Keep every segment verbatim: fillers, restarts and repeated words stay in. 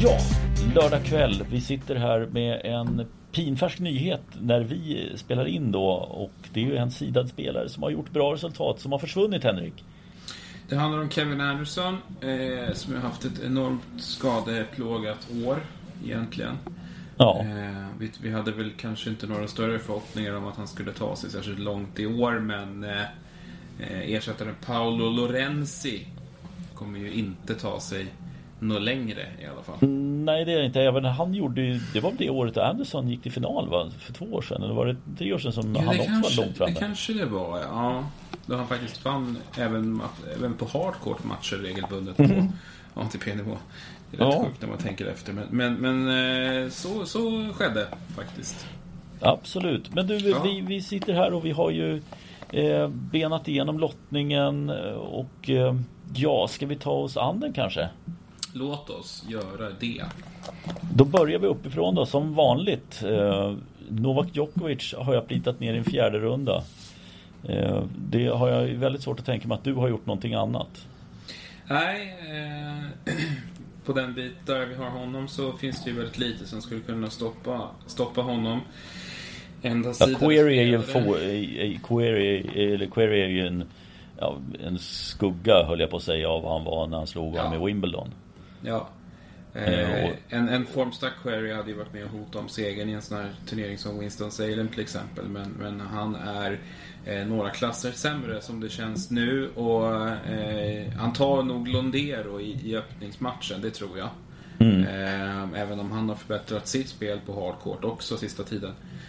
Ja, lördag kväll. Vi sitter här med en pinfärsk nyhet när vi spelar in då. Och det är ju en sidad spelare som har gjort bra resultat som har försvunnit, Henrik. Det handlar om Kevin Anderson eh, som har haft ett enormt skadeplågat år egentligen. Ja. Eh, vi, vi hade väl kanske inte några större förhoppningar om att han skulle ta sig särskilt långt i år, men eh, ersättaren Paolo Lorenzi kommer ju inte ta sig något längre i alla fall. Nej, det är inte. Även han gjorde ju, det var det året Anderson gick till final, va? För två år sedan. Eller var det tre år sedan som ja, han också kanske, var långt framme? Det kanske det var, ja. Då han faktiskt fann även, även på hardcourt-matcher regelbundet mm. på A T P-nivå. Det är rätt ja. sjukt när man tänker efter. Men, men, men så, så skedde faktiskt. Absolut. Men du, ja. vi, vi sitter här och vi har ju eh, benat igenom lottningen. Och eh, ja, ska vi ta oss an den kanske? Låt oss göra det. Då börjar vi uppifrån då, som vanligt. Eh, Novak Djokovic har jag plitat ner i en fjärde runda. Eh, det har jag väldigt svårt att tänka mig att du har gjort någonting annat. Nej, eh, på den bit där vi har honom så finns det ju väldigt lite som skulle kunna stoppa, stoppa honom. Enda ja, Query är ju en, få, Query, eller Query är ju en, ja, en skugga, höll jag på att säga, av vad han var när han slog ja. med Wimbledon. Ja. Eh, en, en formstark Query hade ju varit med och hotat om segern i en sån här turnering som Winston-Salem till exempel, men, men han är eh, några klasser sämre som det känns nu, och eh, han tar nog Londero i, i öppningsmatchen, det tror jag. Mm. eh, även om han har förbättrat sitt spel på hardcourt också sista tiden.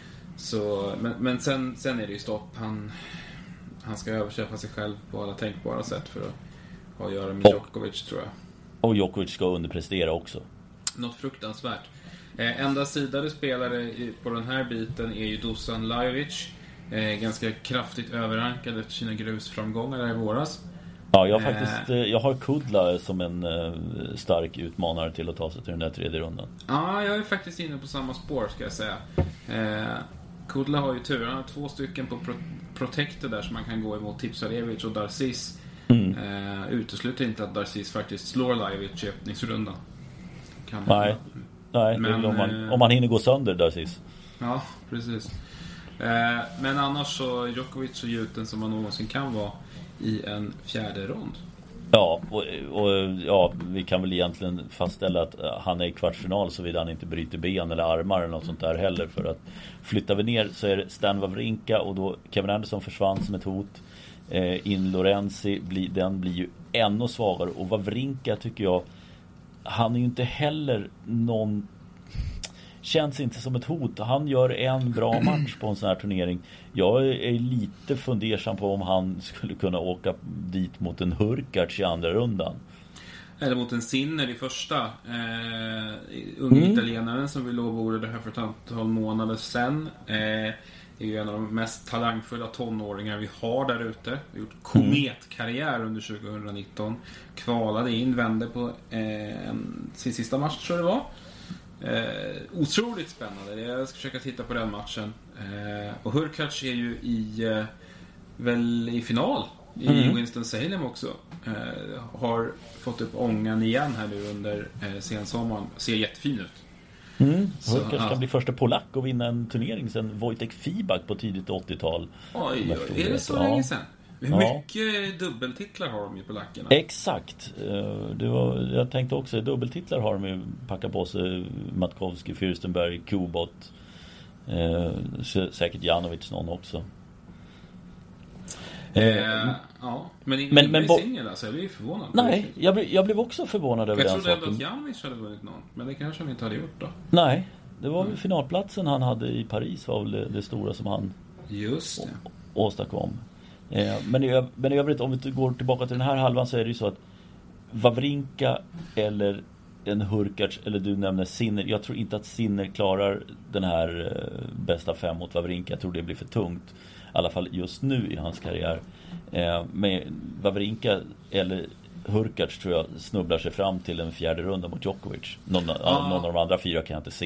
Så, men men sen, sen är det ju stopp. Han, han ska överträffa sig själv på alla tänkbara sätt för att ha att göra med Djokovic, tror jag. Och Djokovic ska underprestera också. Något fruktansvärt. Eh, enda sidade spelare på den här biten är ju Dusan Lajovic. Eh, ganska kraftigt överrankad efter sina grusframgångar där i våras. Ja, jag har faktiskt eh, jag har Kudla som en eh, stark utmanare till att ta sig till den där tredje rundan. Ja, jag är faktiskt inne på samma spår, ska jag säga. Eh, Kudla har ju tur. Han har två stycken på pro- Protector där som man kan gå emot, Tipsarevic och Darcis. Mm. Uh, utesluter inte att Darcis faktiskt slår Lajovic i öppningsrundan. Kan Nej, Nej men, om, man, uh, om man hinner gå sönder Darcis. Ja, precis. uh, Men annars så Djokovic så gjuten som man någonsin kan vara i en fjärde rond. Ja, och, och ja, vi kan väl egentligen fastställa att han är i kvartsfinal såvida han inte bryter ben eller armar eller något sånt där heller. För att flyttar vi ner så är det Stan Wawrinka, och då Kevin Anderson försvann som ett hot. Eh, in Lorenzi, bli, den blir ju ännu svagare. Och Wawrinka tycker jag, han är ju inte heller någon, känns inte som ett hot. Han gör en bra match på en sån här turnering. Jag är lite fundersam på om han skulle kunna åka dit mot en Hurkacz i andra rundan. Eller mot en Sinner i första. eh, Unge mm. italienaren som vi lovordade här för ett antal månader sedan. eh, är ju en av de mest talangfulla tonåringar vi har där ute. Vi har gjort kometkarriär under tjugonitton. Kvalade in, vände på eh, sin sista match, tror jag det var. Eh, otroligt spännande. Jag ska försöka titta på den matchen. Eh, och Hurkacz är ju i eh, väl i final i mm. Winston-Salem också. Eh, har fått upp ångan igen här nu under eh, sensommaren. Ser jättefin ut. Mm. Hurkacz ska ja. bli första polack och vinna en turnering sen Wojtek Fibak på tidigt åttiotal. Oj, är det så ja. länge sen? Hur ja. mycket dubbeltitlar har de ju polackerna? Exakt. Det var, jag tänkte också, dubbeltitlar har de ju, packa på sig Matkowski, Fürstenberg, Kubot. Eh, säkert Janovic någon också. Eh, ja, men ingen men, men bo- singel alltså, jag blev förvånad. Nej, jag blev, jag blev också förvånad över jag den saken. Jag trodde att Janovic hade vunnit någon, men det kanske han inte hade gjort då. Nej, det var mm. väl finalplatsen han hade i Paris var väl det, det stora som han Just det. Å- åstadkom. Eh, men, i, men i övrigt, om vi går tillbaka till den här halvan, så är det ju så att Wawrinka eller en Hurkacz, eller du nämner Sinner. Jag tror inte att Sinner klarar den här eh, bästa fem mot Wawrinka. Jag tror det blir för tungt. I alla fall just nu i hans karriär. Eh, med Wawrinka eller Hurkacz tror jag snubblar sig fram till en fjärde runda mot Djokovic. Någon, ah. någon av de andra fyra kan jag inte se.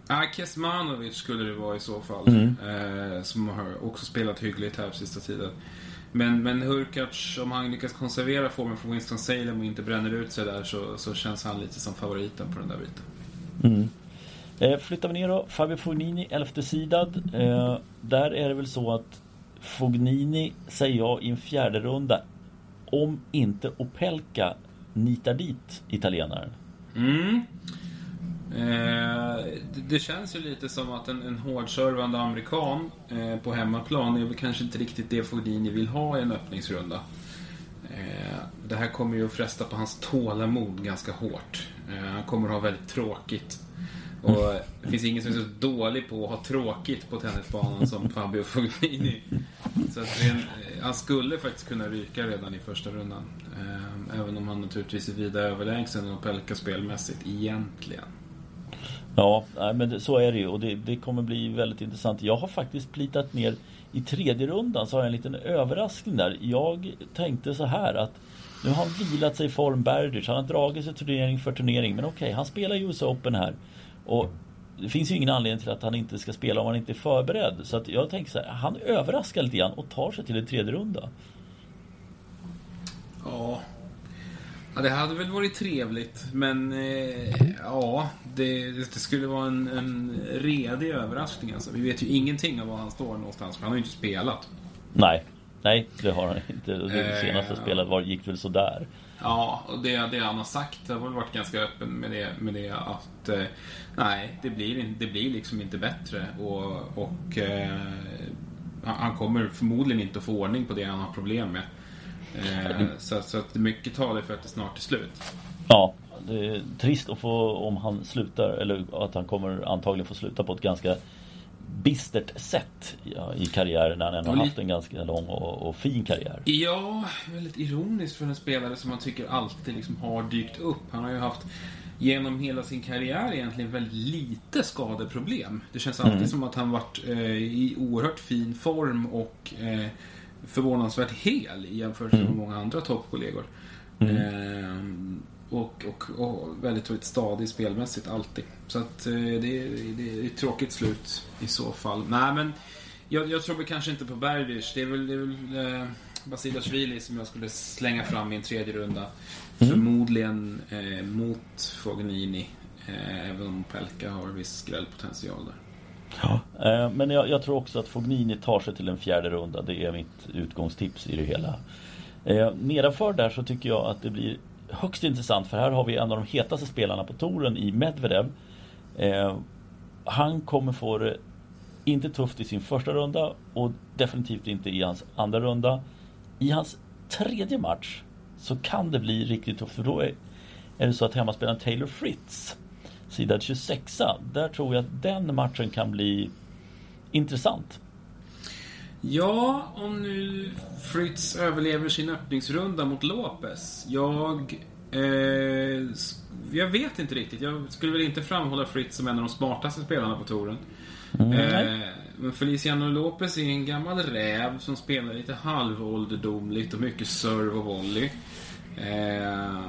Ah, Kesmanovic skulle det vara i så fall. Mm. Eh, som har också spelat hyggligt här på sista tiden. Men, men Hurkacz, om han lyckas konservera formen från Winston-Salem och inte bränner ut sig där, så, så känns han lite som favoriten på den där biten. Mm. Eh, flyttar vi ner då. Fabio Fognini, elfte sidad. Eh, där är det väl så att Fognini, säger jag, i en fjärde runda, om inte Opelka nitar dit italienaren. Mm. Eh, det, det känns ju lite som att en, en hårdservande amerikan eh, på hemmaplan är väl kanske inte riktigt det Fognini vill ha i en öppningsrunda. Eh, det här kommer ju att fresta på hans tålamod ganska hårt. Eh, han kommer att ha väldigt tråkigt. Och det finns ingen som är så dålig på att ha tråkigt på tennisbanan som Fabio Fognini. Så att det är en, han skulle faktiskt kunna ryka redan i första rundan. Eh, även om han naturligtvis är vida överlägsen och Pelka spelmässigt egentligen. Ja, men det, så är det ju. Och det, det kommer bli väldigt intressant. Jag har faktiskt plitat ner i tredje rundan, så har jag en liten överraskning där. Jag tänkte så här att nu har han vilat sig i form Berdych. Han har dragit sig turnering för turnering. Men okej, okay, han spelar U S Open här. Och det finns ju ingen anledning till att han inte ska spela om han inte är förberedd. Så att jag tänker så här, han överraskar lite grann och tar sig till en tredje runda. Ja. Ja, det hade väl varit trevligt. Men eh, ja, det, det skulle vara en, en redig överraskning. Alltså. Vi vet ju ingenting om var han står någonstans, för han har ju inte spelat. Nej, nej, det har han inte. Det senaste eh, spelet var, gick väl sådär. Ja, och det, det han har sagt, det har väl varit ganska öppen med det, med det att eh, nej, det blir, det blir liksom inte bättre. Och, och eh, han kommer förmodligen inte att få ordning på det han har problem med. Eh, så, så att mycket talar för att det snart är slut. Ja, det är trist att få, om han slutar, eller att han kommer antagligen få sluta på ett ganska bistert sätt ja, i karriären, när han ändå har haft en ganska lång och, och fin karriär. Ja, väldigt ironiskt för en spelare som man tycker alltid liksom har dykt upp. Han har ju haft genom hela sin karriär egentligen väldigt lite skadeproblem. Det känns alltid mm. som att han varit eh, i oerhört fin form och eh, förvånansvärt hel i jämförelse med mm. många andra toppkollegor. Mm. Eh, och, och, och väldigt stadig spelmässigt alltid. Så att eh, det, det är ett tråkigt slut i så fall. Nej, men jag, jag tror väl kanske inte på Berdych. Det är väl, det är väl eh, Basilashvili som jag skulle slänga fram i en tredje runda. Mm. Förmodligen eh, mot Fognini. Eh, även om Pelka har viss skrällpotential där. Ja, eh, men jag, jag tror också att Fognini tar sig till en fjärde runda. Det är mitt utgångstips i det hela. Eh, nedanför där så tycker jag att det blir högst intressant, för här har vi en av de hetaste spelarna på touren i Medvedev. Eh, han kommer få det inte tufft i sin första runda och definitivt inte i hans andra runda. I hans tredje match så kan det bli riktigt tufft, för då är, är det så att hemmaspelaren Taylor Fritz, sida tjugosexa, där tror jag att den matchen kan bli intressant. Ja, om nu Fritz överlever sin öppningsrunda mot Lopez. Jag eh, jag vet inte riktigt. Jag skulle väl inte framhålla Fritz som en av de smartaste spelarna på touren. Mm. Eh, men Feliciano Lopez är en gammal räv som spelar lite halvålderdomligt och mycket serve och volley. Eh,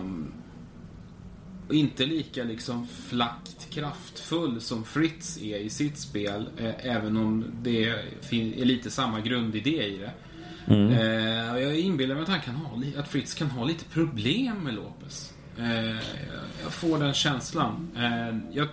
och inte lika liksom flackt kraftfull som Fritz är i sitt spel, eh, även om det är lite samma grundidé i det. Mm. Eh, jag inbillar mig att, han kan ha, att Fritz kan ha lite problem med Lopez. Eh, jag får den känslan. Eh, jag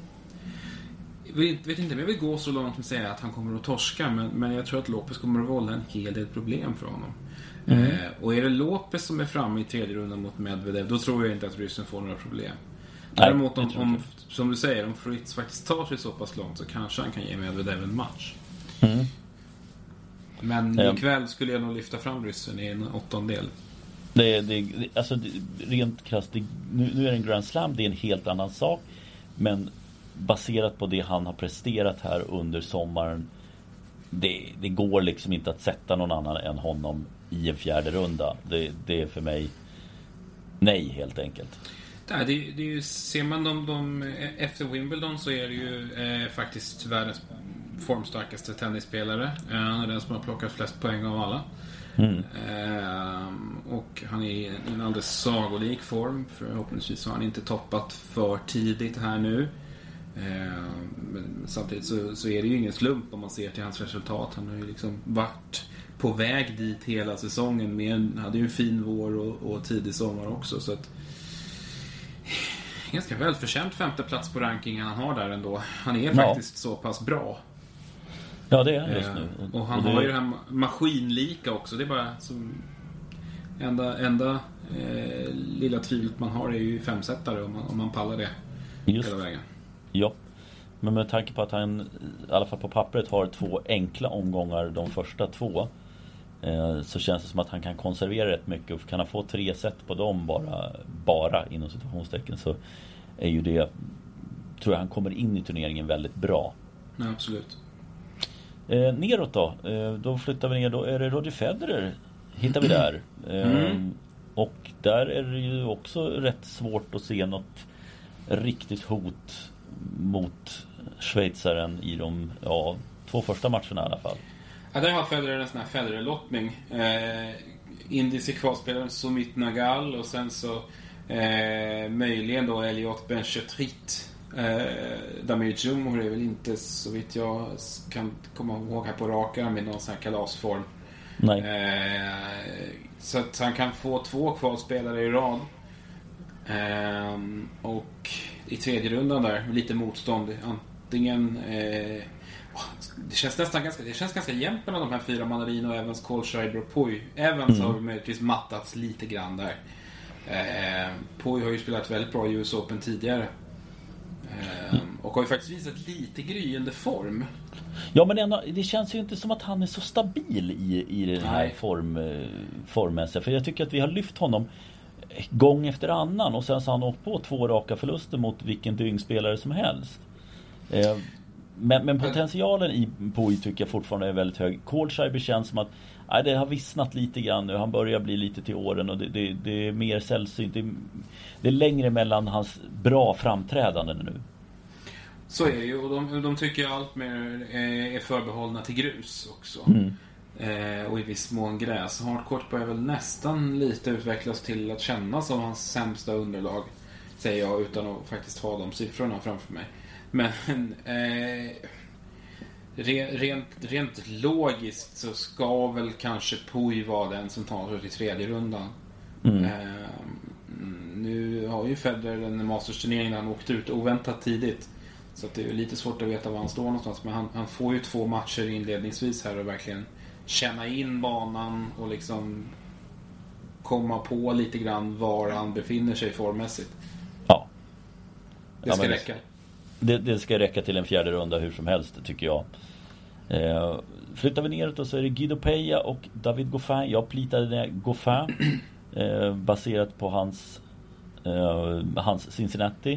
vet, vet inte om jag vill gå så långt som att säga att han kommer att torska, men, men jag tror att Lopez kommer att vålla en hel del problem för honom. Mm. Eh, och är det Lopez som är framme i tredje rundan mot Medvedev, då tror jag inte att ryssen får några problem. Nej, däremot om, om, som du säger, om Fritz faktiskt tar sig så pass långt, så kanske han kan ge Medvedev en match. Mm. Men mm. ikväll skulle jag nog lyfta fram ryssen i en åttondel. Det, det, alltså, det, rent krasst, det, nu, nu är det en Grand Slam, det är en helt annan sak. Men baserat på det han har presterat här under sommaren, det, det går liksom inte att sätta någon annan än honom i en fjärde runda. Det, det är för mig nej, helt enkelt. Det, det, det är ju, ser man dem, de, efter Wimbledon så är det ju eh, faktiskt världens formstarkaste tennisspelare. eh, Han är den som har plockat flest poäng av alla. mm. eh, Och han är i en alldeles sagolik form. Förhoppningsvis har han inte toppat för tidigt här nu. Eh, men samtidigt så, så är det ju ingen slump om man ser till hans resultat. Han har ju liksom varit på väg dit hela säsongen, men hade ju en fin vår och, och tidig sommar också, så att ganska välförtjänt femte plats på rankingen han har där ändå. Han är ja. faktiskt så pass bra. Ja, det är han just nu. Och, och han och det... har ju det här maskinlika också. Det är bara som enda, enda eh, lilla tvivlet man har är ju femsättare om man, om man pallar det just. hela vägen. Ja, men med tanke på att han i alla fall på pappret har två enkla omgångar de första två, eh, så känns det som att han kan konservera rätt mycket. Och kan han få tre set på dem bara, bara inom situationstecken, så är ju det, tror jag han kommer in i turneringen väldigt bra. Ja, absolut. Eh, neråt då, eh, då flyttar vi ner, då är det Roger Federer hittar vi där. Eh, mm. Och där är det ju också rätt svårt att se något riktigt hot mot schweizaren i de ja, två första matcherna i alla fall. Ja, där har Federer en sån här Federer-lottning. Eh, indiske kvalspelaren Sumit Nagal och sen så eh, möjligen då Elliot Benchetrit. Eh, Damir Djumhur är väl inte, så vitt jag kan komma ihåg här på raka, med någon sån här kalasform. Nej. Eh, så att han kan få två kvalspelare i rad. Eh, och i tredje rundan där, lite motstånd. Antingen eh, det känns nästan ganska, det känns ganska jämnt mellan de här fyra, Manarino, Evans, Kohlschreiber och Pouille. Evans mm. har möjligtvis mattats lite grann där. Eh, Pouille har ju spelat väldigt bra i U S Open tidigare. Eh, och har ju faktiskt visat lite gryende form. Ja, men ändå, det känns ju inte som att han är så stabil i, i den här form, formmässiga. För jag tycker att vi har lyft honom gång efter annan, och sen så har han åkt på två raka förluster mot vilken dyngspelare som helst. Eh, men, men potentialen i Pouille tycker jag fortfarande är väldigt hög. Kohlschreiber känns som att nej, det har vissnat lite grann nu. Han börjar bli lite till åren, och det, det, det är mer sällsynt. Det, det är längre mellan hans bra framträdanden nu. Så är det ju, och de, de tycker allt mer är förbehållna till grus också. Mm. Eh, och i viss mån gräs. Hardcourt börjar väl nästan lite utvecklas till att kännas som hans sämsta underlag, säger jag utan att faktiskt ha de siffrorna framför mig. Men eh, re, rent, rent logiskt så ska väl kanske Pouille vara den som tar sig till tredje rundan. Mm. Eh, nu har ju Federer en Masters-turnering där han åkte ut oväntat tidigt. Så att det är lite svårt att veta var han står någonstans. Men han, han får ju två matcher inledningsvis här och verkligen känna in banan och liksom komma på lite grann var han befinner sig formmässigt. Ja. Det ska ja, räcka. Det, det ska räcka till en fjärde runda hur som helst, tycker jag. Eh, flyttar vi neråt och så är det Guido Pella och David Goffin. Jag plitade ner Goffin eh, baserat på hans, eh, hans Cincinnati.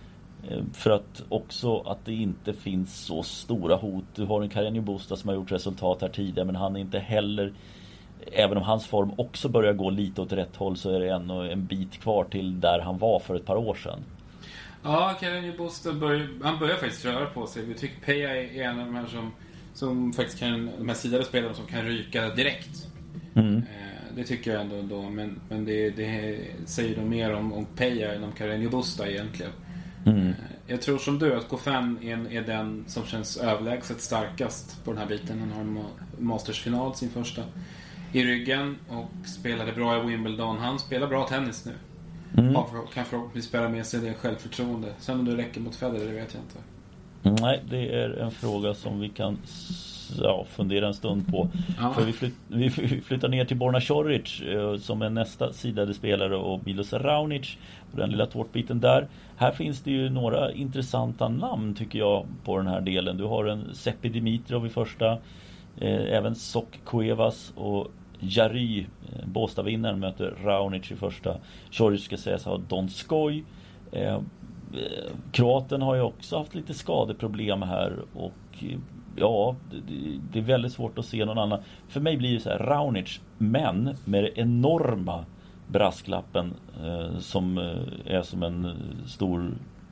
För att också att det inte finns så stora hot. Du har en Carreño Busta som har gjort resultat här tidigare, men han är inte heller, även om hans form också börjar gå lite åt rätt håll, så är det ändå en bit kvar till där han var för ett par år sedan. Ja, Carreño Busta börjar, han börjar faktiskt röra på sig. Vi tycker Pella är en av de här som, som faktiskt kan, de här sidade spelarna som kan ryka direkt. Mm. Eh, det tycker jag ändå, ändå. Men, men det, det säger nog mer om, om Pella än om Carreño Busta egentligen. Mm. Jag tror som du att Goffin är, är den som känns överlägset starkast på den här biten. Han har en Masters-final, sin första, i ryggen och spelade bra i Wimbledon. Han spelar bra tennis nu. Mm. Ja, för, kan förhoppningsvis spela med sig det självförtroende. Sen om det räcker mot Federer, det vet jag inte. Nej, det är en fråga som vi kan ja, fundera en stund på. Ja. För vi, flytt, vi flyttar ner till Borna Coric eh, som är nästa sidade spelare, och Milos Raonic och den lilla tårtbiten där. Här finns det ju några intressanta namn, tycker jag, på den här delen. Du har en Seppi Dimitrov i första, eh, även Sok Cuevas och Jary, eh, Båstadvinnaren, möter Raonic i första. Coric ska sägas ha Donskoj. Eh, Kroaten har ju också haft lite skadeproblem här, och ja, det, det är väldigt svårt att se någon annan. För mig blir det så här, Raonic, men med det enorma brasklappen eh, som eh, är som en stor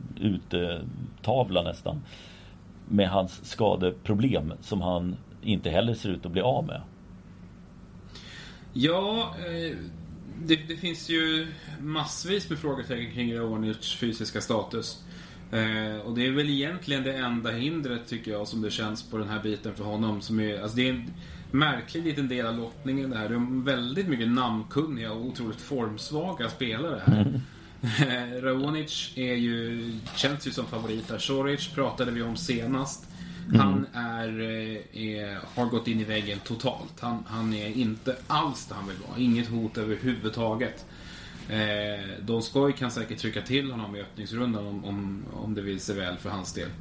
utetavla nästan, med hans skadeproblem som han inte heller ser ut att bli av med. Ja, eh, det, det finns ju massvis med frågetecken kring Raonics fysiska status. Eh, och det är väl egentligen det enda hindret tycker jag som det känns på den här biten för honom. Som är, alltså det är en märklig liten del av lottningen det här. Det är väldigt mycket namnkunniga och otroligt formsvaga spelare här. Mm. Raonic är ju, känns ju som favorit här. Šorić pratade vi om senast. Mm. Han är, är, har gått in i väggen totalt. Han, han är inte alls där han vill vara. Inget hot överhuvudtaget. Eh, Donskoj kan säkert trycka till honom i öppningsrundan om, om, om det vill sig väl för hans del.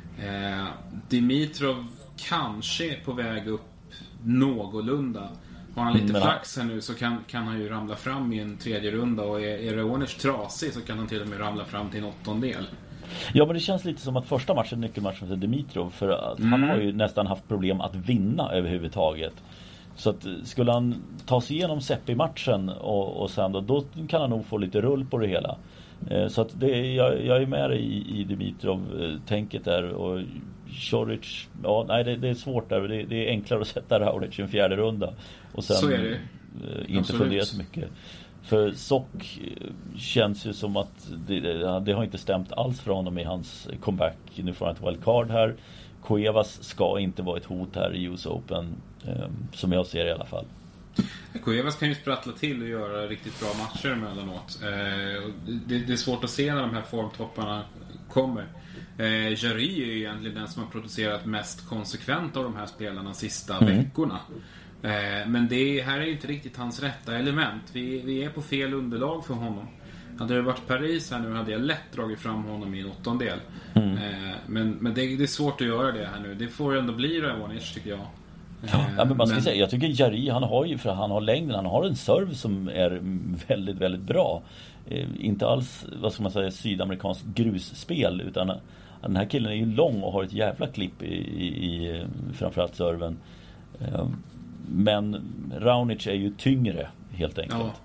Eh, Dimitrov kanske är på väg upp någorlunda. Har han lite flax här nu så kan, kan han ju ramla fram i en tredje runda. Och är, är Raonic trasig så kan han till och med ramla fram till en åttondel. Ja, men det känns lite som att första matchen, nyckelmatchen för Dimitrov, för att mm. han har ju nästan haft problem att vinna överhuvudtaget. Så att skulle han ta sig igenom Seppi-matchen och, och sen då, då kan han nog få lite rull på det hela. Eh, så att det, jag, jag är med i, i Dimitrov-tänket där. Och Šorić, ja, nej det, det är svårt där. Det, det är enklare att sätta Raonic i en fjärde runda. Och sen så är det. Eh, inte Absolut. fundera så mycket. För Sock känns ju som att det, det har inte stämt alls för honom i hans comeback. Nu får han ett wildcard här. Cuevas ska inte vara ett hot här i U S Open, eh, som jag ser i alla fall. Cuevas kan ju sprattla till och göra riktigt bra matcher emellanåt. Eh, det, det är svårt att se när de här formtopparna kommer. Eh, Jarry är ju egentligen den som har producerat mest konsekvent av de här spelarna sista mm. veckorna. Eh, men det här är ju inte riktigt hans rätta element. Vi, vi är på fel underlag för honom. Hade det varit Paris här nu hade jag lätt dragit fram honom i en åttondel. Mm. Eh, men men det, det är svårt att göra det här nu. Det får ju ändå bli Raonic tycker jag. Eh, ja, men man ska men... säga, jag tycker Jarry, han har ju, för han har längden, han har en serve som är väldigt, väldigt bra. Eh, inte alls, vad ska man säga, sydamerikansk grusspel, utan den här killen är ju lång och har ett jävla klipp i, i, i framförallt serven. Eh, men Raonic är ju tyngre helt enkelt. Ja,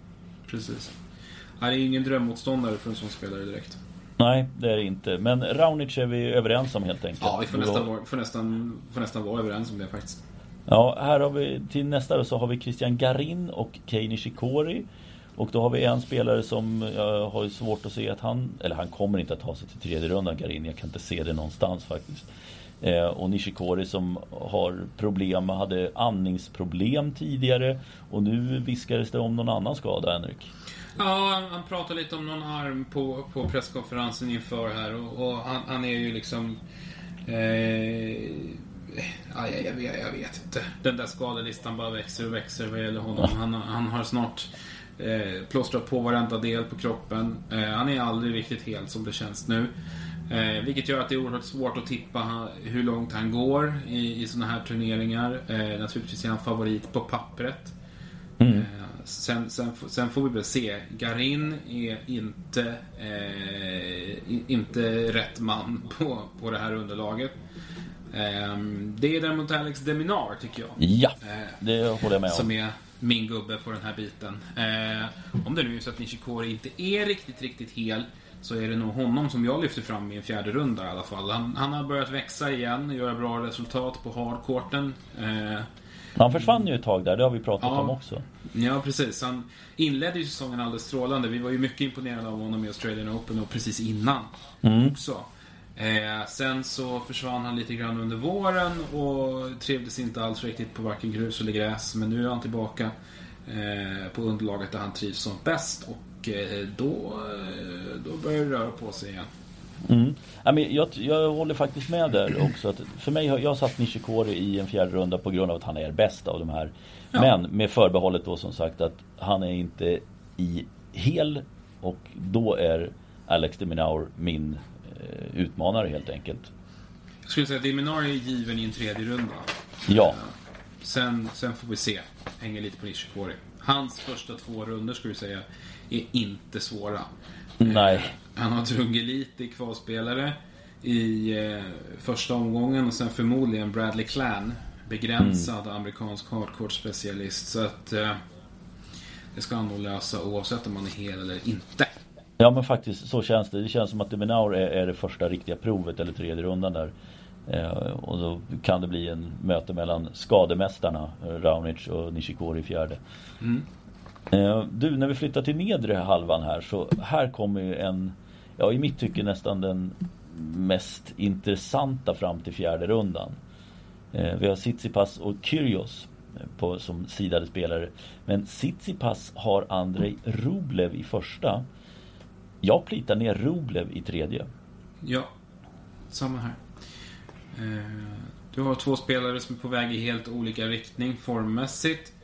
precis. Han är ju ingen drömmotståndare för en sån spelare direkt. Nej, det är det inte. Men Raonic är vi överens om helt enkelt. Ja, vi får nästan, vara, får nästan, får nästan vara överens om det faktiskt. Ja, här har vi till nästa så har vi Cristian Garin och Kei Nishikori. Och då har vi en spelare som jag har svårt att se att han, eller han kommer inte att ta sig till tredje rundan, Garin. Jag kan inte se det någonstans faktiskt. Eh, och Nishikori som har problem, hade andningsproblem tidigare. Och nu viskades det om någon annan skada, Henrik. Ja, han pratade lite om någon arm på, på presskonferensen inför här. Och, och han, han är ju liksom... Eh, ja, jag, vet, jag vet inte. Den där skadelistan bara växer och växer vad gäller honom. Han, han har snart eh, plåstrat på varenda del på kroppen. Eh, han är aldrig riktigt helt som det känns nu. Eh, vilket gör att det är oerhört svårt att tippa hur långt han går i, i såna här turneringar. Eh, naturligtvis är han favorit på pappret. Mm. Eh, sen, sen, sen får vi väl se. Garin är inte eh, inte rätt man på, på det här underlaget. Eh, det är däremot Alex de Minaur tycker jag. Ja, det håller jag med om. Som är min gubbe på den här biten. Eh, om det nu är så att Nishikori inte är riktigt, riktigt hel, så är det nog honom som jag lyfter fram i en fjärde runda i alla fall. Han, han har börjat växa igen, göra bra resultat på hardcourten. Eh, han försvann ju ett tag där, det har vi pratat ja, om också. Ja, precis. Han inledde ju säsongen alldeles strålande. Vi var ju mycket imponerade av honom i Australian Open och precis innan mm. också. Eh, sen så försvann han lite grann under våren och trevdes inte alls riktigt på varken grus eller gräs. Men nu är han tillbaka eh, på underlaget där han trivs som bäst. Och eh, då, då börjar det röra på sig igen. Mm. Ja, men jag, jag håller faktiskt med där också. Att för mig har jag satt Nishikori i en fjärde runda på grund av att han är bäst av de här. Ja. Men med förbehållet då som sagt att han är inte i hel. Och då är Alex de Minaur min eh, utmanare helt enkelt. Jag skulle säga att de Minaur är given i en tredje runda. Ja. uh, sen, sen får vi se. Hänger lite på Nishikori. Hans första två runder skulle jag säga är inte svåra. Nej. Han har drungit lite i kvalspelare i eh, första omgången och sen förmodligen Bradley Clan, begränsad mm. amerikansk hardcourt-specialist. Så att eh, det ska han nog lösa oavsett om man är hel eller inte. Ja, men faktiskt så känns det. Det känns som att de Minaur är, är det första riktiga provet eller tredje rundan där. Eh, och då kan det bli en möte mellan skademästarna Raonic och Nishikori i fjärde. Mm. Du, när vi flyttar till nedre halvan här, så här kommer ju en, ja, i mitt tycke nästan den mest intressanta fram till fjärde rundan. Eh, vi har Tsitsipas och Kyrgios på, som sidade spelare. Men Tsitsipas har Andrei Rublev i första. Jag plitar ner Rublev i tredje. Ja, samma här. Eh, du har två spelare som är på väg i helt olika riktning formmässigt.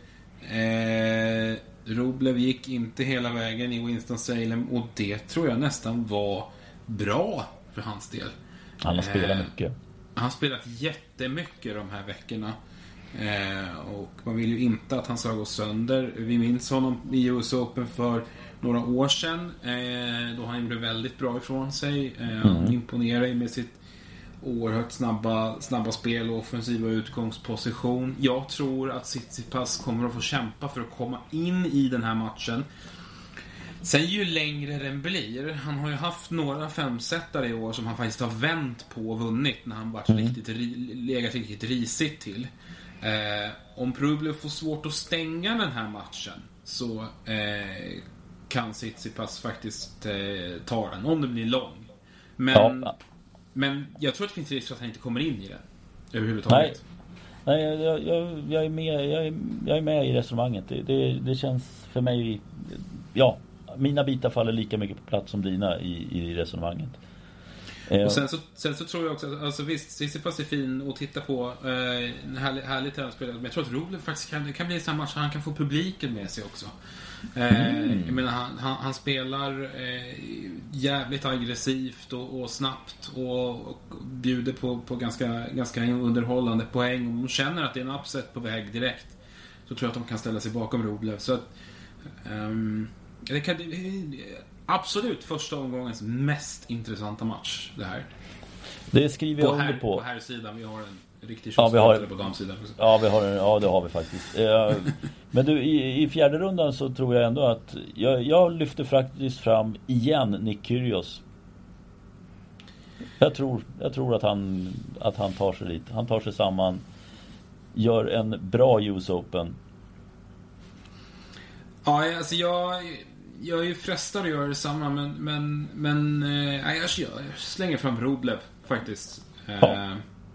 Eh, Rublev gick inte hela vägen i Winston-Salem och det tror jag nästan var bra för hans del. Han har spelat eh, mycket. Han har spelat jättemycket de här veckorna. Eh, och man vill ju inte att han ska gå sönder. Vi minns honom i U S Open för några år sedan. Eh, då han gjorde väldigt bra ifrån sig. Eh, han mm. imponerade med sitt oerhört snabba, snabba spel och offensiva utgångsposition. Jag tror att Tsitsipas kommer att få kämpa för att komma in i den här matchen. Sen ju längre den blir, han har ju haft några femsättare i år som han faktiskt har vänt på och vunnit när han varit mm. riktigt, legat riktigt risigt till. Eh, om Rublev får svårt att stänga den här matchen så eh, kan Tsitsipas faktiskt eh, ta den om det blir lång. Men, ja. men jag tror att det finns risk att han inte kommer in i den överhuvudtaget. Nej, Nej jag, jag, jag, är med, jag, är, jag är med i resonemanget. Det, det, det känns för mig, ja, mina bitar faller lika mycket på plats som dina i, i resonemanget. Och sen så, sen så tror jag också, alltså visst, Tsitsipas är fin att titta på, eh, en härlig, härlig tävlingsspelare, men jag tror att Rublev faktiskt kan, det kan bli en sån match han kan få publiken med sig också. Eh, mm. Jag menar, han, han, han spelar eh, jävligt aggressivt och, och snabbt och, och bjuder på, på ganska, ganska underhållande poäng. Om de känner att det är en upset på väg direkt så tror jag att de kan ställa sig bakom Rublev. Så att, um, det kan, absolut första omgångens mest intressanta match det här. Det skriver jag under på. På här sidan vi har en riktig ja, vi har, på damsidan. Ja, vi har en, ja, det har vi faktiskt. Men du, i, i fjärde rundan så tror jag ändå att jag, jag lyfter faktiskt fram igen Nick Kyrgios. Jag tror, jag tror att han att han tar sig dit. Han tar sig samman, gör en bra U S Open. Ja, alltså jag jag är ju frestad att göra detsamma, men men men äh, jag, jag slänger fram Rublev faktiskt. Ja. Äh,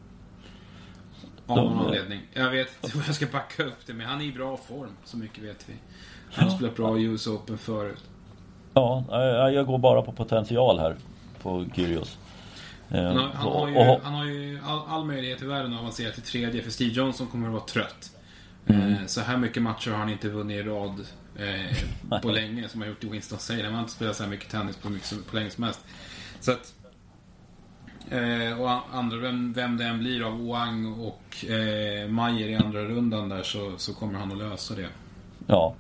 av någon anledning. Jag vet inte hur jag ska backa upp det, men han är i bra form, så mycket vet vi. Han har spelat bra i U S Open förut. Ja, jag går bara på potential här på Kyrgios. Han har, han har ju, han har ju all, all möjlighet i världen att avancera till tredje, för Steve Johnson kommer att vara trött. Mm. Så här mycket matcher har han inte vunnit i rad eh, på länge, som har gjort i Winston-Salem. Han har inte spelat så här mycket tennis på, mycket, på länge som helst. Så att eh, och andra, vem, vem det än blir av Wang och eh, Mayer i andra rundan där, så, så kommer han att lösa det. Ja.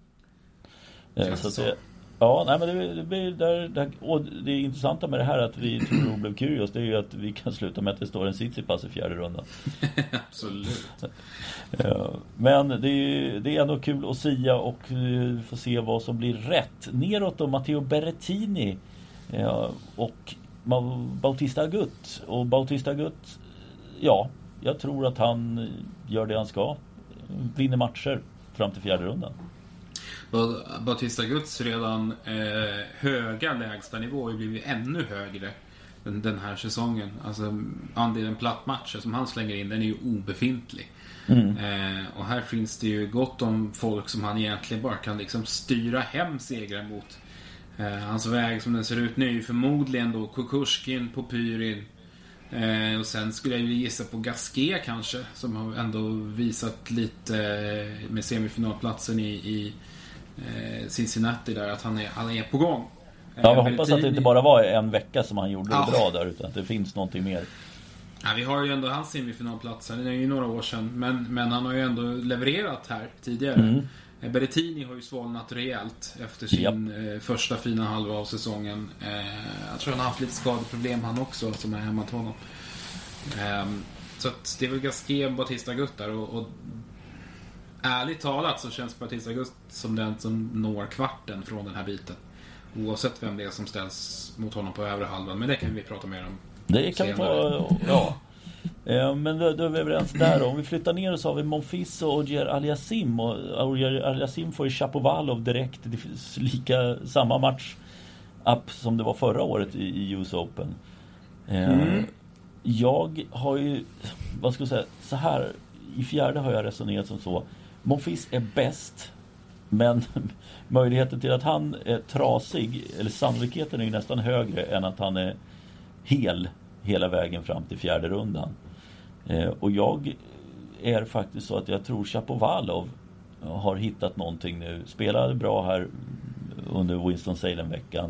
Eh, så så. Det, ja, nej, men det, det blir där, där, och det intressanta med det här att vi tror det blev Kyrgios, det är ju att vi kan sluta med att det står en Tsitsipas i fjärde rundan. Absolut. Ja, men det är, det är ändå kul att sia och få se vad som blir rätt. Neråt då Matteo Berrettini ja, och Bautista Agut. Och Bautista Agut, ja, jag tror att han gör det han ska. Vinner matcher fram till fjärde rundan. Bautista Aguts redan eh, höga lägsta nivå har ju blivit ännu högre den, den här säsongen. Alltså andelen plattmatcher som han slänger in, den är ju obefintlig. Mm. Eh, och här finns det ju gott om folk som han egentligen bara kan liksom styra hem segrar mot. Eh, hans väg som den ser ut nu, förmodligen då Kukushkin på Pyrin. Eh, och sen skulle jag ju gissa på Gasquet kanske, som har ändå visat lite eh, med semifinalplatsen i, i eh, Cincinnati där, att han är, han är på gång. Eh, ja, jag hoppas att det inte bara var en vecka som han gjorde ja. det bra där, utan att det finns någonting mer. Ja, vi har ju ändå hans semifinalplats här, det är ju några år sedan, men, men han har ju ändå levererat här tidigare. Mm. Berrettini har ju svalnat rejält efter sin yep. eh, första fina halva av säsongen. Eh, jag tror han har haft lite skadeproblem han också, som är hemma till honom. Eh, så att det är väl Gasquet, Bautista Agut där, och, och ärligt talat så känns Bautista Agut som den som når kvarten från den här biten. Oavsett vem det är som ställs mot honom på övre halvan. Men det kan vi prata mer om. Det kan vi ta, ja. Men då, då är vi överens där. Om vi flyttar ner så har vi Monfils och Auger Aliassime. Och Auger Aliassime får ju Shapovalov direkt. Det finns lika samma match. up som det var förra året i, i U S Open. Eh, mm. Jag har ju, vad ska jag säga, så här i fjärde har jag resonerat som så. Monfils är bäst, men möjligheten till att han är trasig, eller sannolikheten är ju nästan högre än att han är hel hela vägen fram till fjärde rundan. Eh, och jag är faktiskt så att jag tror Shapovalov har hittat någonting nu. Spelade bra här under Winston-Salem-veckan.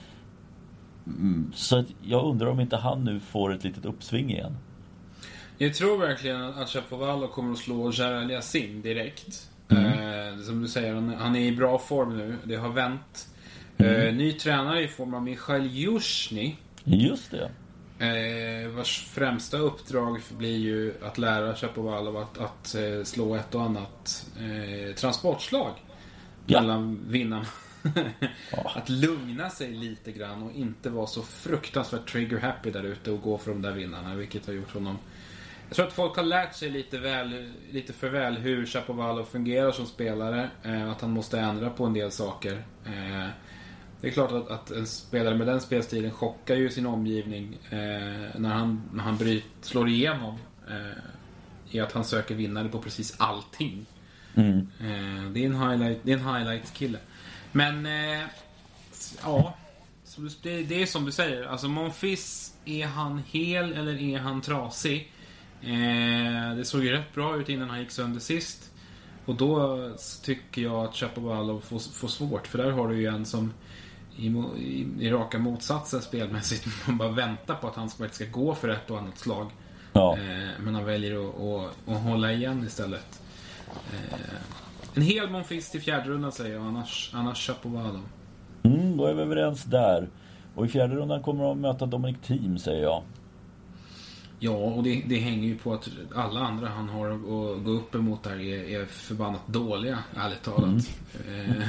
Mm, så att jag undrar om inte han nu får ett litet uppsving igen. Jag tror verkligen att Shapovalov kommer att slå Gerald Yassin direkt. Mm. Eh, som du säger, han, han är i bra form nu. Det har vänt. Mm. Eh, ny tränare i form av Michail Yushny. Just det. Eh, vars främsta uppdrag blir ju att lära Shapovalov att, att eh, slå ett och annat eh, transportslag ja. mellan vinnarna. ja. Att lugna sig lite grann och inte vara så fruktansvärt trigger happy där ute och gå för de där vinnarna, vilket har gjort honom. Jag tror att folk har lärt sig lite, väl, lite för väl hur Shapovalov fungerar som spelare, eh, att han måste ändra på en del saker. Eh, Det är klart att, att en spelare med den spelstilen chockar ju sin omgivning eh, när han, när han bryt, slår igenom eh, i att han söker vinnare på precis allting. Mm. Eh, det är en highlight, det är en highlight-kille. Men eh, ja, så det, det är som du säger. Alltså Monfils, är han hel eller är han trasig? Eh, det såg ju rätt bra ut innan han gick sönder sist. Och då tycker jag att Shapovalov får, får svårt. För där har du ju en som I, i, i raka motsatsen spelmässigt. Man bara väntar på att han ska, ska gå för ett och annat slag. Ja. Eh, men han väljer att, att, att hålla igen istället. Eh, en hel Monfils till fjärde rundan säger jag. Annars, annars Shapovalov. Mm, då är vi överens där. Och i fjärde rundan kommer de att möta Dominic Thiem, säger jag. Ja, och det, det hänger ju på att alla andra han har att gå upp emot där är, är förbannat dåliga, ärligt talat. Mm. Eh,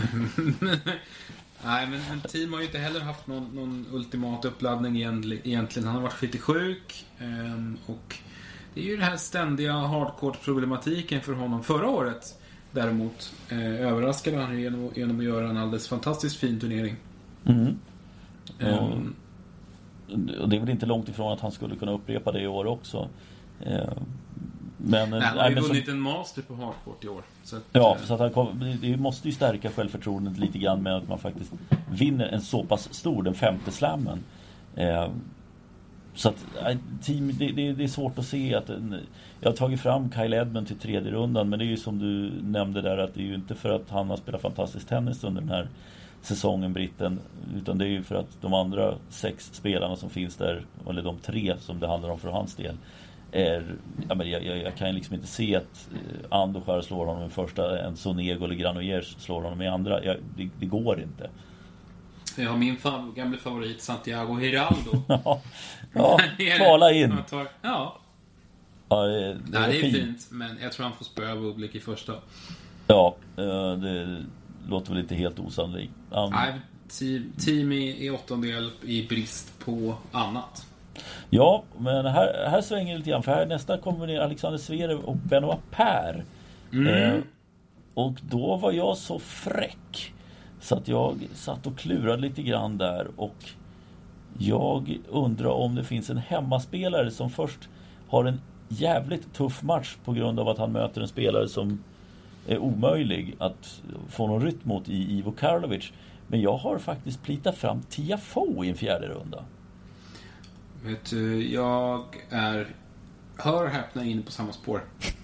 Nej, men, men Thiem har ju inte heller haft någon, någon ultimat uppladdning egentligen. Han har varit lite sjuk. Um, och det är ju den här ständiga hardcourt-problematiken för honom. Förra året däremot eh, överraskade han genom, genom att göra en alldeles fantastiskt fin turnering. Mm. Um, och det är väl inte långt ifrån att han skulle kunna upprepa det i år också. Uh, Men, nej, han har ju vunnit som, en master på hardcourt i år. Så att, ja, så att han kom, det måste ju stärka självförtroendet lite grann med att man faktiskt vinner en så pass stor, den femte slammen. Eh, så att team, det, det, det är svårt att se att en, jag har tagit fram Kyle Edmund till tredje rundan, men det är ju som du nämnde där att det är ju inte för att han har spelat fantastisk tennis under den här säsongen, britten, utan det är ju för att de andra sex spelarna som finns där, eller de tre som det handlar om för hans del, är, ja, men jag, jag, jag kan liksom inte se att eh, Andochar slår honom i första, en Sonego eller Granollers slår honom i andra. Jag, det, det går inte. Jag har min fav, gamla favorit Santiago Giraldo. ja, ja tala in. Ja. Ja, det, det, Nej, det är fint. fint, men jag tror han får spöa Bublik i första. Ja, det låter väl inte helt osannolikt. Um, Nej, team i, i åttondel i brist på annat. Ja, men här, här svänger det lite grann. För här nästa kommer ner Alexander Zverev och Benoit Paire. Mm. Eh, och då var jag så fräck så att jag satt och klurade lite grann där. Och jag undrar om det finns en hemmaspelare som först har en jävligt tuff match på grund av att han möter en spelare som är omöjlig att få någon rytm mot i Ivo Karlovic. Men jag har faktiskt plitat fram Tiafoe i en fjärde runda. Vet du, jag är hör och häpna in på samma spår.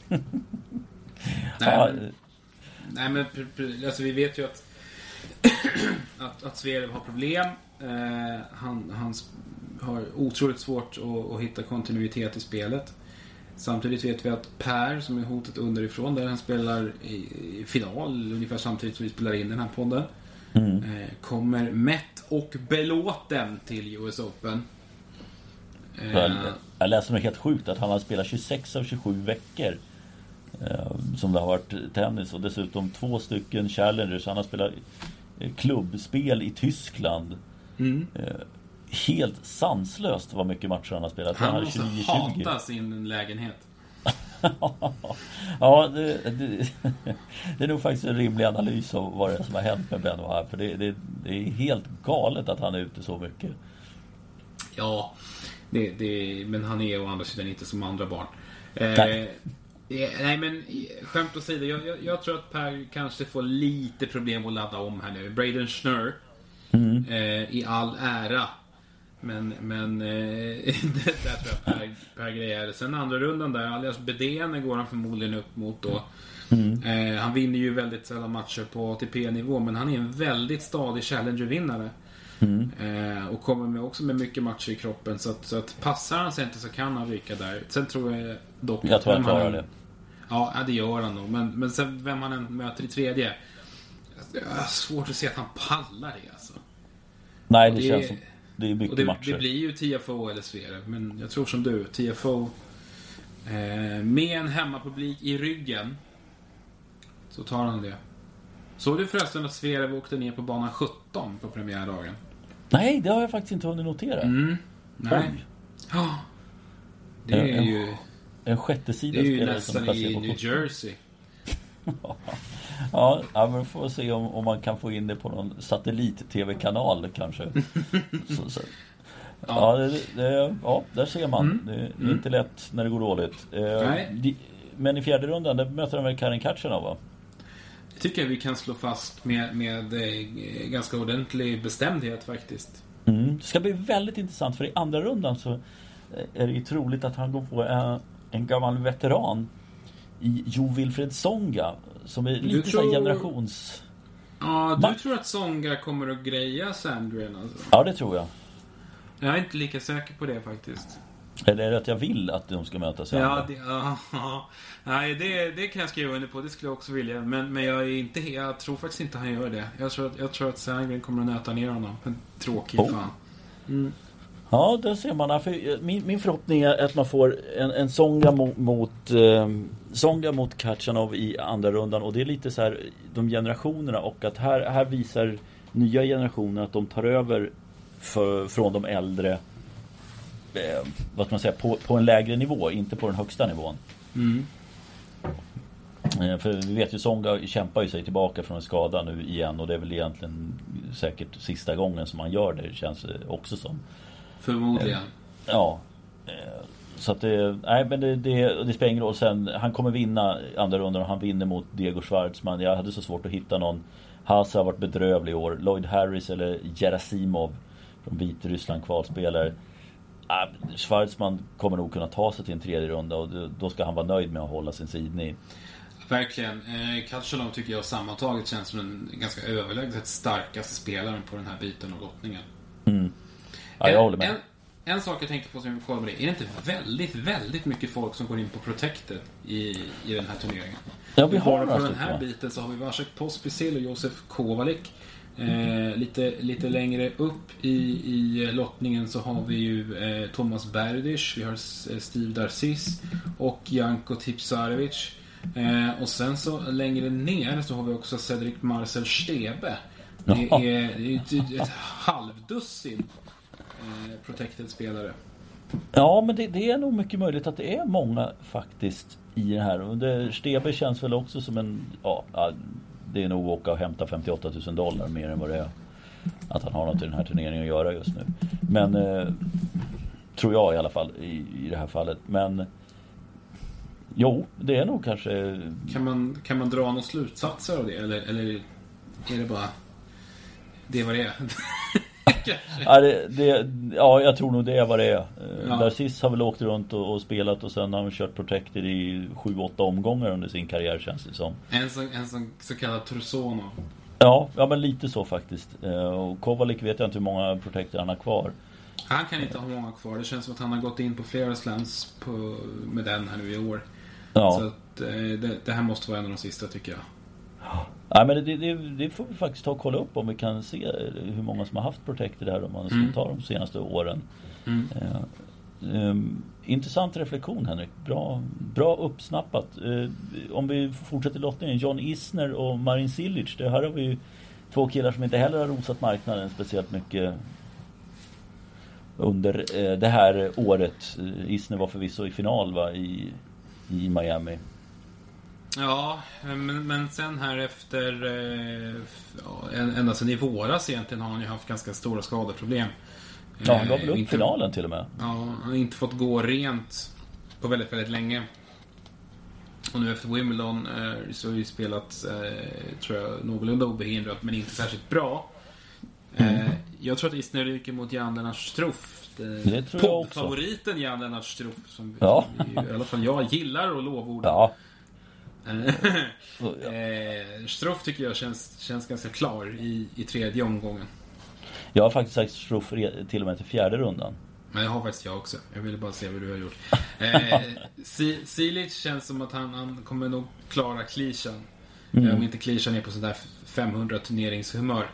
nej, men, nej men alltså vi vet ju att att, att Zverev har problem. Eh, han, han har otroligt svårt att, att hitta kontinuitet i spelet. Samtidigt vet vi att Per, som är hotet underifrån, där han spelar i, i final ungefär samtidigt som vi spelar in den här podden, mm. eh, kommer mätt och belåten till U S Open. Jag, jag läste något helt sjukt att han har spelat tjugosex av tjugosju veckor eh, som det har varit tennis, och dessutom två stycken challengers. Han har spelat eh, klubbspel i Tyskland. Mm. Eh, helt sanslöst vad mycket matcher han har spelat. Han, han måste hata sin lägenhet. Ja, det, det, det är nog faktiskt en rimlig analys av vad det är som har hänt med Benoit här. För det, det, det är helt galet att han är ute så mycket. Ja, det, det, men han är å andra sidan inte som andra barn. Eh, Nej. Nej, men skämt åsido, jag, jag, jag tror att Per kanske får lite problem att ladda om här nu. Braden Schnurr, Mm. eh, i all ära. Men, men eh, det där tror jag Per, per grejer. Sen andra rundan där, Alias Bedene går han förmodligen upp mot då. Mm. Eh, han vinner ju väldigt sällan matcher på A T P-nivå, men han är en väldigt stadig Challenger-vinnare. Mm. Eh, och kommer med också med mycket matcher i kroppen. Så att, så att passar han sig inte så kan han ryka där. Sen tror jag dock... Jag tror han klarar han, det. Ja, det gör han nog. Men, men sen vem han än möter i tredje, det är svårt att se att han pallar det alltså. Nej, det, det känns som det är mycket och det, matcher. det blir ju T F O eller Zverev. Men jag tror som du, T F O eh, med en hemmapublik i ryggen, så tar han det. Såg du förresten att Zverev åkte ner på bana sjutton på premiärdagen? Nej, det har jag faktiskt inte hunnit notera. Mm. Nej. Oh. Det är en, ju en sjätte sida det är ju spelare nästan som i på New Jersey. Ja, ja, men får se om, om man kan få in det på någon satellit-tv-kanal kanske. så, så. Ja, ja, det, det, ja, där ser man. Mm. Det, det är Mm. inte lätt när det går dåligt. Eh, Nej. de, men i fjärde rundan, där möter han väl Karin Khachanov, va? Det tycker jag vi kan slå fast med, med eh, ganska ordentlig bestämdhet faktiskt. Mm. Det ska bli väldigt intressant, för i andra rundan så är det ju troligt att han går på en, en gammal veteran i Jo Wilfred Tsonga, som är lite tror... så här generations... Ja, du Ma- tror att Tsonga kommer att greja Sandgren alltså? Ja, det tror jag. Jag är inte lika säker på det faktiskt. Eller är det att jag vill att de ska mötas? Ja, det, ja, ja. Nej, det, det kan jag skriva under på. Det skulle jag också vilja. Men, men jag är inte, jag tror faktiskt inte han gör det. Jag tror att, jag tror att Sandgren kommer att nöta ner honom. En tråkig oh. fan. Mm. Ja, där ser man. För min, min förhoppning är att man får en, en Tsonga mot, mot eh, Tsonga mot Khachanov i andra rundan. Och det är lite så här, de generationerna, och att här, här visar nya generationer att de tar över för, från de äldre, eh, vad ska man säga, på, på en lägre nivå, inte på den högsta nivån. Mm. Eh, för vi vet ju, Tsonga kämpar ju sig tillbaka från en skada nu igen, och det är väl egentligen säkert sista gången som man gör det, det känns också som. Förmodligen. Ja. Så att det, nej, men det, det, det spelar ingen roll sen. Han kommer vinna andra rundan, och han vinner mot Diego Schwartzman. Jag hade så svårt att hitta någon. Haase har varit bedrövlig i år. Lloyd Harris eller Gerasimov från Vitryssland, kvalspelare. Ah, Schwartzman kommer nog kunna ta sig till en tredje runda, och då ska han vara nöjd med att hålla sin sidning. Verkligen. Eh, Khachanov tycker jag sammantaget känns som den ganska överlägset starkaste spelaren på den här biten av lottningen. Mm. Ja, jag håller med. En, en sak jag tänkte på som vi kollar på det. Är det inte väldigt, väldigt mycket folk som går in på Protected i, i den här turneringen? Ja, vi har Bara några på den stycken, här va? biten så har vi Vasek Pospisil och Josef Kovalik. Eh, lite, lite längre upp i, i lottningen så har vi ju eh, Thomas Berdych, vi har Steve Darcis och Janko Tipsarevic. Eh, och sen så längre ner så har vi också Cedric Marcel Stebe. Det är, det är ett, ett halvdussin eh, Protected-spelare. Ja, men det, det är nog mycket möjligt att det är många faktiskt i det här. Och det, Stebe känns väl också som en... Ja, det är nog att åka och hämta femtioåtta tusen dollar mer än vad det är att han har något i den här turneringen att göra just nu. Men eh, tror jag i alla fall i, i det här fallet. Men jo, det är nog kanske... Kan man, kan man dra några slutsatser av det? Eller, eller är det bara... Det är vad det är? ja, det, det, ja, jag tror nog det är vad det är. Ja. Darcis har väl åkt runt och, och spelat, och sen har han kört Protected i sju åtta omgångar under sin karriär, känns det som. En sån, en sån så kallad Trusono. Ja, ja, men lite så faktiskt. Och Kovalik vet jag inte hur många Protected han har kvar. Han kan inte ha många kvar. Det känns som att han har gått in på flera slams på, med den här nu i år. Ja. Så att, eh, det, det här måste vara en av de sista, tycker jag. Ja, men det, det, det får vi faktiskt ta och kolla upp om vi kan se hur många som har haft Protected här, om man ska Mm. ta de senaste åren. Mm. Eh, um, intressant reflektion, Henrik. Bra, bra uppsnappat. Eh, om vi fortsätter lottningen, John Isner och Marin Cilic, det här har vi ju två killar som inte heller har rosat marknaden speciellt mycket under eh, det här året. Isner var förvisso i final, va, i i Miami. Ja, men, men sen här efter eh, ja, ända sedan i våras egentligen har han ju haft ganska stora skadeproblem. Ja, han gav väl upp inte, finalen till och med. Ja, han har inte fått gå rent på väldigt, väldigt länge. Och nu efter Wimbledon eh, så har ju spelat eh, tror jag någorlunda obehindrat, men inte särskilt bra. Mm. Eh, jag tror att Isner ryker mot Jan Lennart Struff. Det tror jag också. Favoriten Jan Lennart Struff som, ja. som i alla fall jag gillar och lovord. Ja. eh, Struff tycker jag känns, känns ganska klar i, i tredje omgången. Jag har faktiskt sagt Struff till och med till fjärde rundan. Men jag har faktiskt jag också. Jag ville bara se vad du har gjort. eh, Silic känns som att han, han kommer nog klara klichan. Mm. eh, Om inte klichan är på sån där femhundra turneringshumör.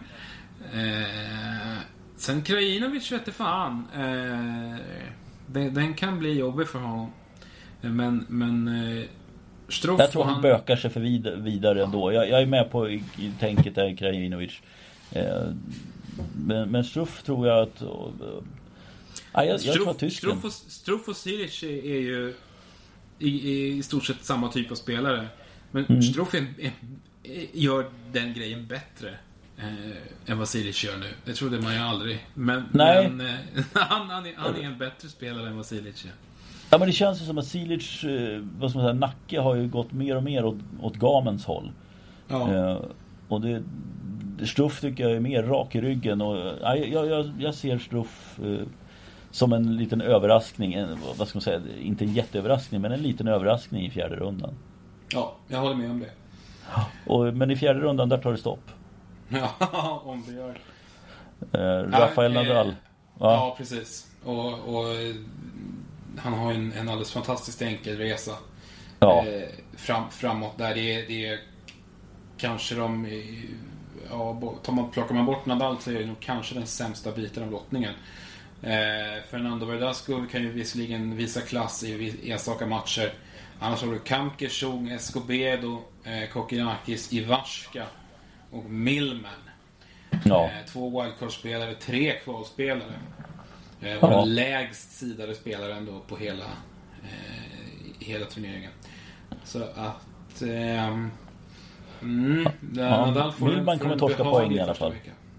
eh, Sen Krajinovic vet det fan. eh, den, den kan bli jobbig för honom. Men, men eh, Struff, jag tror han, han bökar sig för vid, vidare ändå. Jag, jag är med på i, i tänket där Krajinovic. Eh, men, men Struff tror jag att... Och, ja, jag, Struff, jag tror att tysken... Struff, och, Struff och Silic är, är ju i, i stort sett samma typ av spelare. Men mm. Struff är, är, gör den grejen bättre eh, än vad Silic gör nu. Det trodde man ju aldrig. Men, men eh, han, han, är, han är en bättre spelare än vad Silic är. Ja, men det känns ju som att Silic, vad ska man säga, nacke har ju gått mer och mer åt, åt gamens håll. Ja. Eh, och det, Struff tycker jag är mer rak i ryggen. Och, ja, jag, jag, jag ser Struff eh, som en liten överraskning. En, vad ska man säga, inte en jätteöverraskning, men en liten överraskning i fjärde rundan. Ja, jag håller med om det. Och, men i fjärde rundan, där tar det stopp. Ja, om det gör. Eh, Rafael ja, Nadal. Eh, ja. ja, precis. Och... och han har en, en alldeles fantastiskt enkel resa ja. eh, fram, framåt där. Det är, det är kanske de... Ja, tar man, plockar man bort Nadal så är det nog kanske den sämsta biten av lottningen. Eh, Fernando Verdasco kan ju visserligen visa klass i enstaka matcher. Annars har du Kamke, Chung, Escobedo, eh, Kokkinakis, Ivashka och Millman. Ja. Eh, två wildcard-spelare, tre kvalspelare. Eh, och ja. Den lägst sidade spelare ändå på hela eh, hela turneringen. Så att eh, mm, ja. Nadal får Millman kommer torska poäng i alla fall.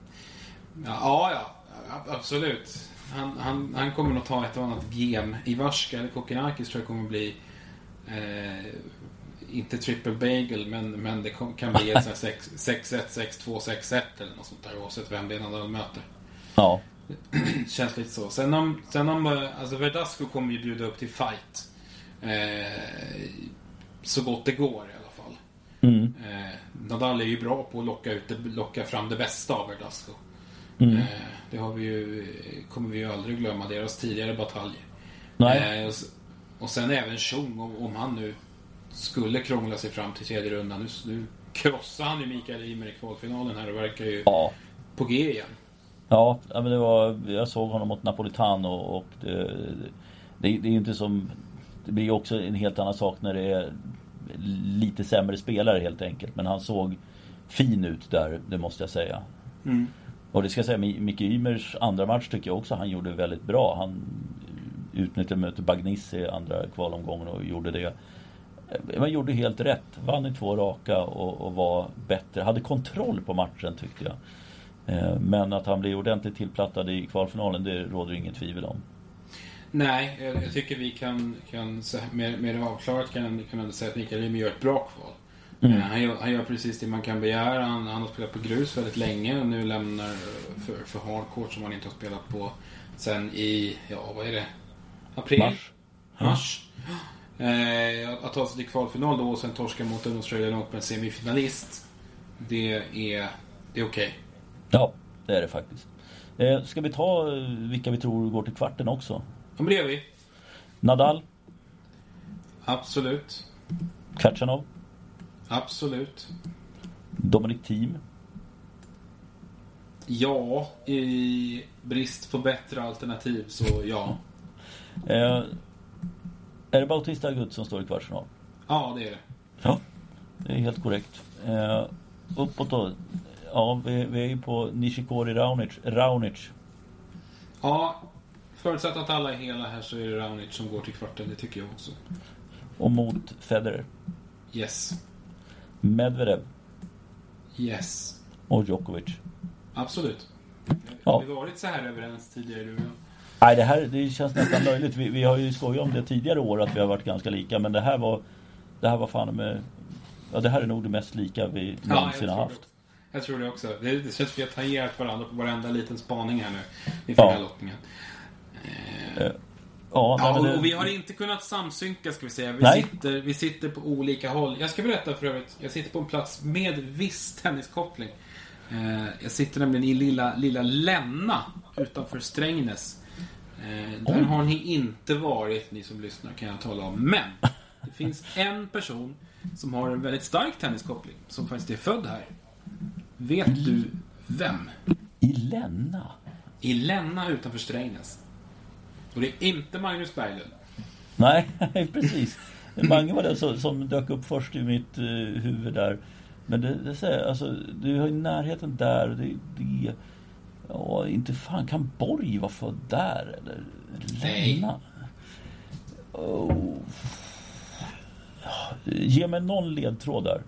Ja, ja, absolut. Han, han, han kommer nog ta ett annat game. Ivashka eller Kokkinakis tror jag kommer bli eh, inte triple bagel, men, men det kom, kan bli ett sex ett, sex två, sex ett eller något sånt där, oavsett vem det är Nadal möter. Ja. Känns lite så. Sen om, sen om alltså Verdasco kommer ju bjuda upp till fight eh, så gott det går i alla fall. Mm. eh, Nadal är ju bra på att locka, ut det, locka fram det bästa av Verdasco. Mm. eh, Det har vi ju, kommer vi ju aldrig glömma deras tidigare batalj. Nej. Eh, och, och sen även Chung, om, om han nu skulle krångla sig fram till tredje rundan. Nu, nu krossar han ju Mikael Ymer i kvalfinalen här och verkar ju ja. på G igen. Ja, men det var, jag såg honom mot Napolitano och, och det, det, det är ju inte som, det blir också en helt annan sak när det är lite sämre spelare helt enkelt, men han såg fin ut där, det måste jag säga. Mm. Och det ska jag säga, Micke Ymers andra match tycker jag också han gjorde väldigt bra. Han utnyttjade mötet Bagnis i andra kvalomgången och gjorde det. Man gjorde helt rätt, vann i två raka och, och var bättre, hade kontroll på matchen tyckte jag. Men att han blir ordentligt tillplattad i kvalfinalen, det råder inget tvivel om. Nej, jag, jag tycker vi kan, kan med, med det avklarat kan, kan man säga att Mikael Ymer gör ett bra kval. Mm. Han, gör, han gör precis det man kan begära. Han, han har spelat på grus väldigt länge och nu lämnar för, för hardcourt som han inte har spelat på sen i, ja vad är det? April? Mars. Mars. Mm. Eh, att ta sig till kvalfinal då och sen torska mot en Australian Open semifinalist, det är, det är okej. Okay. Ja, det är det faktiskt. Eh, ska vi ta vilka vi tror går till kvarten också? Ja, men det gör vi. Nadal? Absolut. Khachanov? Absolut. Dominic Thiem? Ja, i brist på bättre alternativ så ja. eh, Är det Bautista Agut som står i kvartsfinal? Ja, det är det. Ja, det är helt korrekt. eh, Uppåt då. Ja, vi, vi är ju på Nishikori Raonic. Raonic. Ja, förutsatt att alla är hela här så är det Raonic som går till kvarten, det tycker jag också. Och mot Federer. Yes. Medvedev. Yes. Och Djokovic. Absolut. Ja. Har vi varit så här överens tidigare du och jag? Nej, det här det känns nästan löjligt. Vi, vi har ju skojat om det tidigare år att vi har varit ganska lika. Men det här var, det här var fan med... Ja, det här är nog det mest lika vi någonsin ja, har haft. Det. Jag tror det också. Det, det känns som att vi har tangerat varandra på varenda liten spaning här nu. I ja. lottningen. Eh. Eh. Ja, ja, och, det... och vi har inte kunnat samsynka, ska vi säga. Vi sitter, vi sitter på olika håll. Jag ska berätta för övrigt. Jag sitter på en plats med viss tenniskoppling. Eh, jag sitter nämligen i lilla, lilla Länna utanför Strängnäs. Eh, där oh. har ni inte varit, ni som lyssnar kan jag tala om. Men det finns en person som har en väldigt stark tenniskoppling, som faktiskt är född här. Vet I... du vem? I Länna? I Länna utanför Strängnäs. Och det är inte Magnus Berglund. Nej, precis. Mange var det som, som dök upp först i mitt uh, huvud där. Men det, det säger, alltså, du har ju närheten där. Det, det, ja, inte fan kan Borg vara född där eller Länna. Oh. Ge mig någon ledtråd där.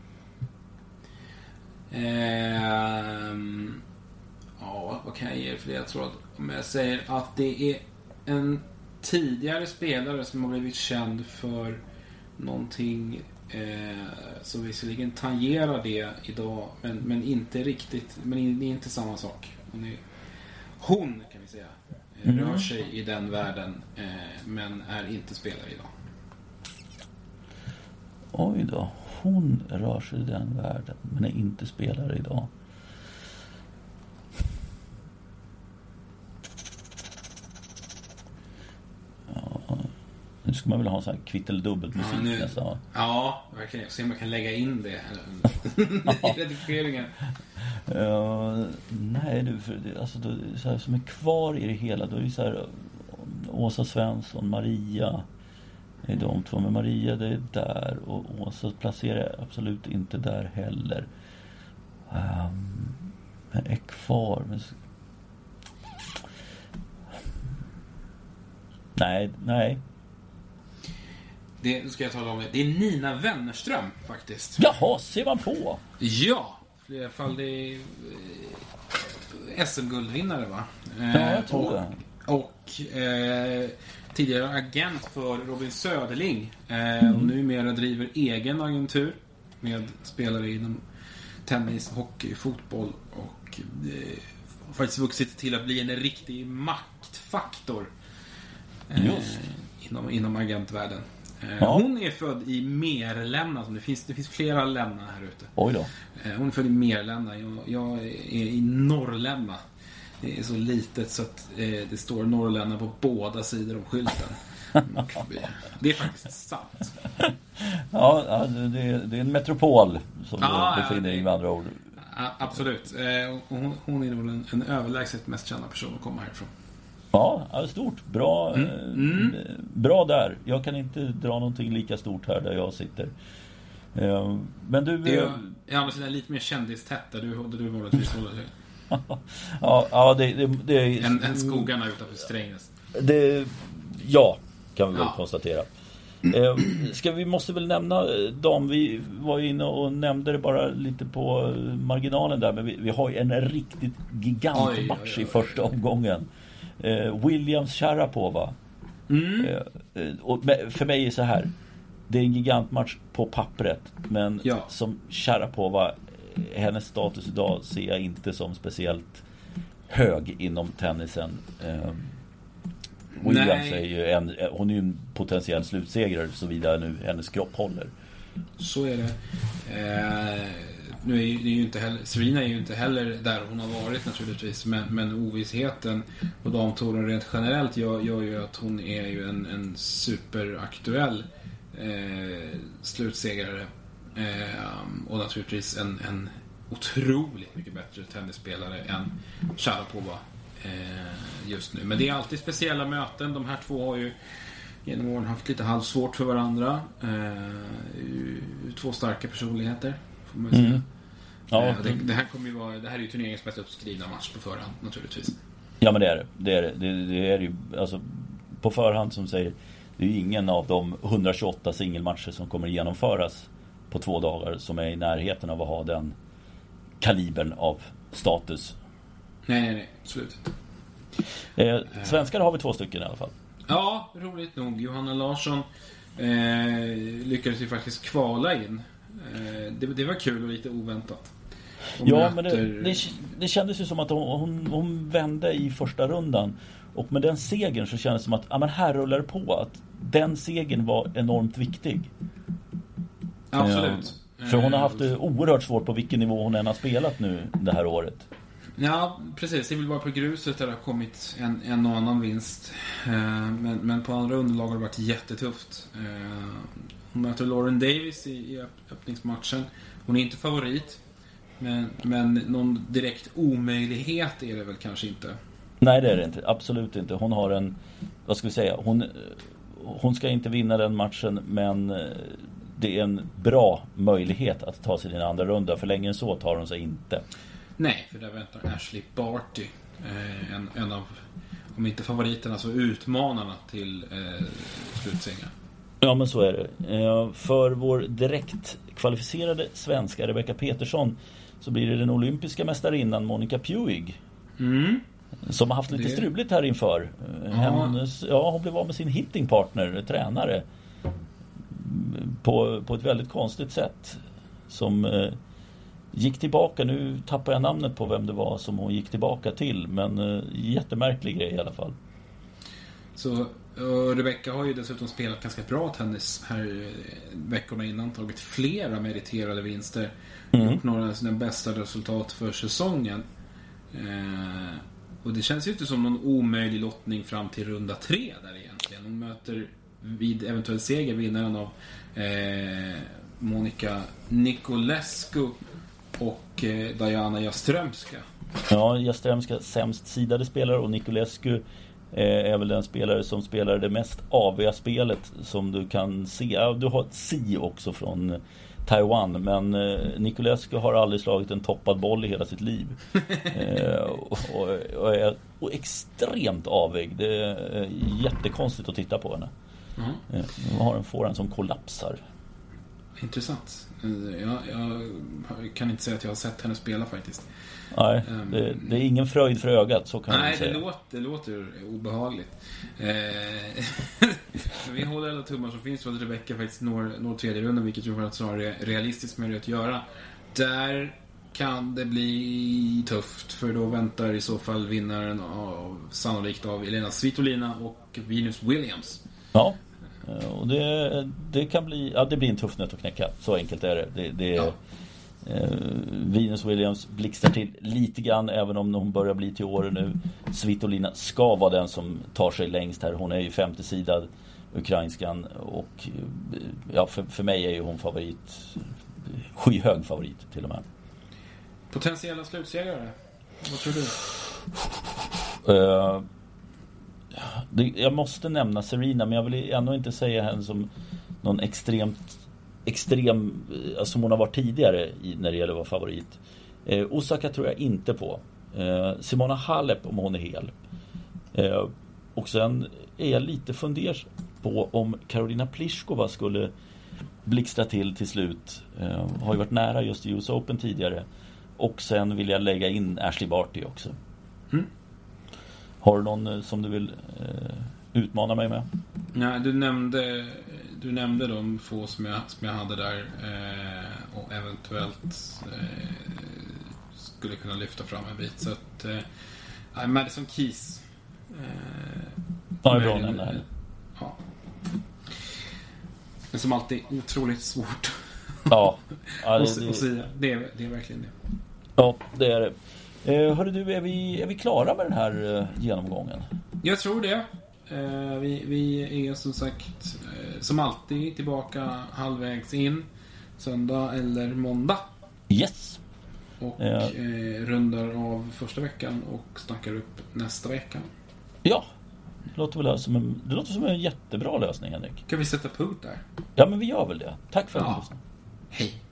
Ehm, ja, vad kan jag ge för ledtråd? Om jag säger att det är en tidigare spelare som har blivit känd för någonting eh, som visserligen tangerar det idag, men, men inte riktigt, men det är inte samma sak. Hon, är, hon kan vi säga mm. rör sig i den världen eh, men är inte spelare idag. Oj då, hon rör sig i den världen men är inte spelare idag. Nu ska man väl ha en sån här kvitt eller dubbelt musik ja, nu, nästan. Ja, verkligen. Se om man kan lägga in det i redigeringen. Uh, nej, du, för det, alltså, då, så här, som är kvar i det hela, då är det så här Åsa Svensson, Maria är de två, men Maria det är där och Åsa placerar jag absolut inte där heller. Um, men är kvar men... Nej, nej. Det ska jag tala om. Det är Nina Wennerström faktiskt. Jaha, ser man på? Ja, i alla fall det är S M-guldvinnare va? Ja, jag tror det. Och, och eh, tidigare agent för Robin Söderling. Eh, mm. Och numera driver egen agentur med spelare inom tennis, hockey, fotboll och eh, faktiskt vuxit till att bli en riktig maktfaktor eh, Just. Inom, inom agentvärlden. Ja. Hon är född i Merlänna. Det finns, det finns flera Länna här ute. Oj då. Hon är född i Merlänna. Jag, jag är i Norrlänna. Det är så litet så att eh, det står Norrlänna på båda sidor om skylten. Det är faktiskt sant. Ja, det är, det är en metropol som ja, du befinner i med andra ord. Absolut. Hon, hon är nog en, en överlägset mest kända person att komma härifrån. Ja, stort. Bra, mm. Mm. bra där. Jag kan inte dra någonting lika stort här där jag sitter. Men du... Det är, jag är lite mer kändistätt där du, där du vanligtvis håller dig. ja, ja, det, det, det är... En, en skogarna utanför Strängnäs. Det, ja, kan vi väl ja. konstatera. Eh, ska vi måste väl nämna dem. Vi var inne och nämnde det bara lite på marginalen där. Men vi, vi har ju en riktigt gigantmatch oj, oj, oj, i första omgången. Eh, Williams Sharapova. Mm. Eh, och för mig är så här. Det är en gigantmatch på pappret. Men ja. som Sharapova, hennes status idag ser jag inte som speciellt hög inom tennisen. Eh, Williams är ju en, hon är ju en potentiell slutsegrare så vidare nu hennes kropp håller. Så är det. Eh, nu är ju, det är ju inte heller, Serena är ju inte heller där hon har varit naturligtvis, men, men ovissheten och damtouren rent generellt gör, gör ju att hon är ju en, en superaktuell eh, slutsegrare eh, och naturligtvis en, en otroligt mycket bättre tennisspelare än Sharapova just nu. Men det är alltid speciella möten. De här två har ju genom åren haft lite halvsvårt för varandra. Två starka personligheter får man säga. Mm. Ja, det, det här kommer ju vara, det här är ju turneringens bästa uppskrivna match på förhand naturligtvis. Ja, men det är det. Det är det. Det, det är ju alltså på förhand som säger det är ju ingen av de hundratjugoåtta singelmatcher som kommer genomföras på två dagar som är i närheten av att ha den kalibern av status. Nej, nej, nej. Absolut inte. Eh, svenskar har vi två stycken i alla fall. Ja, roligt nog. Johanna Larsson eh, lyckades ju faktiskt kvala in. Eh, det, det var kul och lite oväntat. Hon ja, möter... men det, det, det kändes ju som att hon, hon, hon vände i första rundan. Och med den segern så kändes det som att ja, men här rullar det på. Att den segern var enormt viktig. Absolut. Eh, för hon har haft det oerhört svårt på vilken nivå hon än har spelat nu det här året. Ja, precis. Det är väl bara på gruset där det har kommit en, en och annan vinst. Eh, men, men på andra underlag har det varit jättetufft. Eh, hon möter Lauren Davis i, i öppningsmatchen. Hon är inte favorit. Men, men någon direkt omöjlighet är det väl kanske inte. Nej, det är det inte. Absolut inte. Hon har en, vad ska vi säga, hon, hon ska inte vinna den matchen, men det är en bra möjlighet att ta sig till den andra runda. För länge än så tar hon sig inte. Nej, för där väntar Ashley Barty, eh, en, en av, om inte favoriterna så utmanarna till eh, slutsegern. Ja, men så är det. Eh, för vår direkt kvalificerade svenska Rebecca Petersson så blir det den olympiska mästarinnan Monica Puig. Mm. Som har haft lite det... struligt här inför. Ja. Hennes, ja, hon blev av med sin hittingpartner, tränare. På, på ett väldigt konstigt sätt. Som eh, gick tillbaka, nu tappar jag namnet på vem det var som hon gick tillbaka till. Men eh, jättemärklig grej i alla fall. Så och Rebecca har ju dessutom spelat ganska bra tennis här veckorna innan. Tagit flera meriterade vinster. Mm. Gjort några av sina bästa resultat för säsongen. Eh, och det känns ju inte som någon omöjlig lottning fram till runda tre där egentligen. Hon möter vid eventuell seger vinnaren av eh, Monica Nicolescu och eh, Diana Jastremska. Ja, Jastremska sämst sidade spelare och Nicolescu är väl den spelare som spelar det mest aviga spelet som du kan se. Ja, du har ett si också från Taiwan, men Nicolescu har aldrig slagit en toppad boll i hela sitt liv. eh, och, och, och är och extremt avig. Det är jättekonstigt att titta på henne. Mm. Eh, hon har en forehand som kollapsar. Intressant. Jag, jag kan inte säga att jag har sett henne spela faktiskt. Nej, det, det är ingen fröjd för ögat, så kan nej, man säga. Nej, det låter, det låter obehagligt. Eh, vi håller alla tummar som finns för att Rebecca faktiskt når, når tredje rundan, vilket jag tror att snarare är realistiskt möjligt att göra. Där kan det bli tufft, för då väntar i så fall vinnaren av, sannolikt av Elena Svitolina och Venus Williams. Ja. Och det, det kan bli, ja, det blir en tuff nöt att knäcka. Så enkelt är det. Det, det ja. eh, Venus Williams blixtrar till lite grann, även om hon börjar bli till åren nu. Svitolina ska vara den som tar sig längst här. Hon är ju femte sidad ukrainskan. Och ja, för, för mig är ju hon favorit, skyhög favorit till och med. Potentiella slutsegrare, vad tror du? Uh, det, jag måste nämna Serena, men jag vill ändå inte säga henne som någon extremt extrem, alltså som hon har varit tidigare i, när det gäller att vara favorit. Uh, Osaka tror jag inte på. Uh, Simona Halep om hon är hel. Uh, och sen är jag lite funders på om Karolina Pliskova skulle blixtra till till slut. Uh, har ju varit nära just i U S Open tidigare. Och sen vill jag lägga in Ashley Barty också. Mm. Har du någon som du vill eh, utmana mig med? Nej, du nämnde du nämnde de få som jag, som jag hade där eh, och eventuellt eh, skulle kunna lyfta fram en bit. Så att eh, Madison Keys eh, ja, det är bra nämnd här. Ja. Men som alltid otroligt svårt. Ja, ja det, att säga. Det är, det är verkligen det. Ja, det är det. Eh, hörru du, är vi, är vi klara med den här eh, genomgången? Jag tror det. Eh, vi, vi är som sagt eh, som alltid tillbaka halvvägs in. Söndag eller måndag. Yes. Och eh. Eh, rundar av första veckan och snackar upp nästa vecka. Ja, det låter väl som en, det låter som en jättebra lösning, Henrik. Kan vi sätta punkt där? Ja, men vi gör väl det. Tack för att du lyssnade. Hej.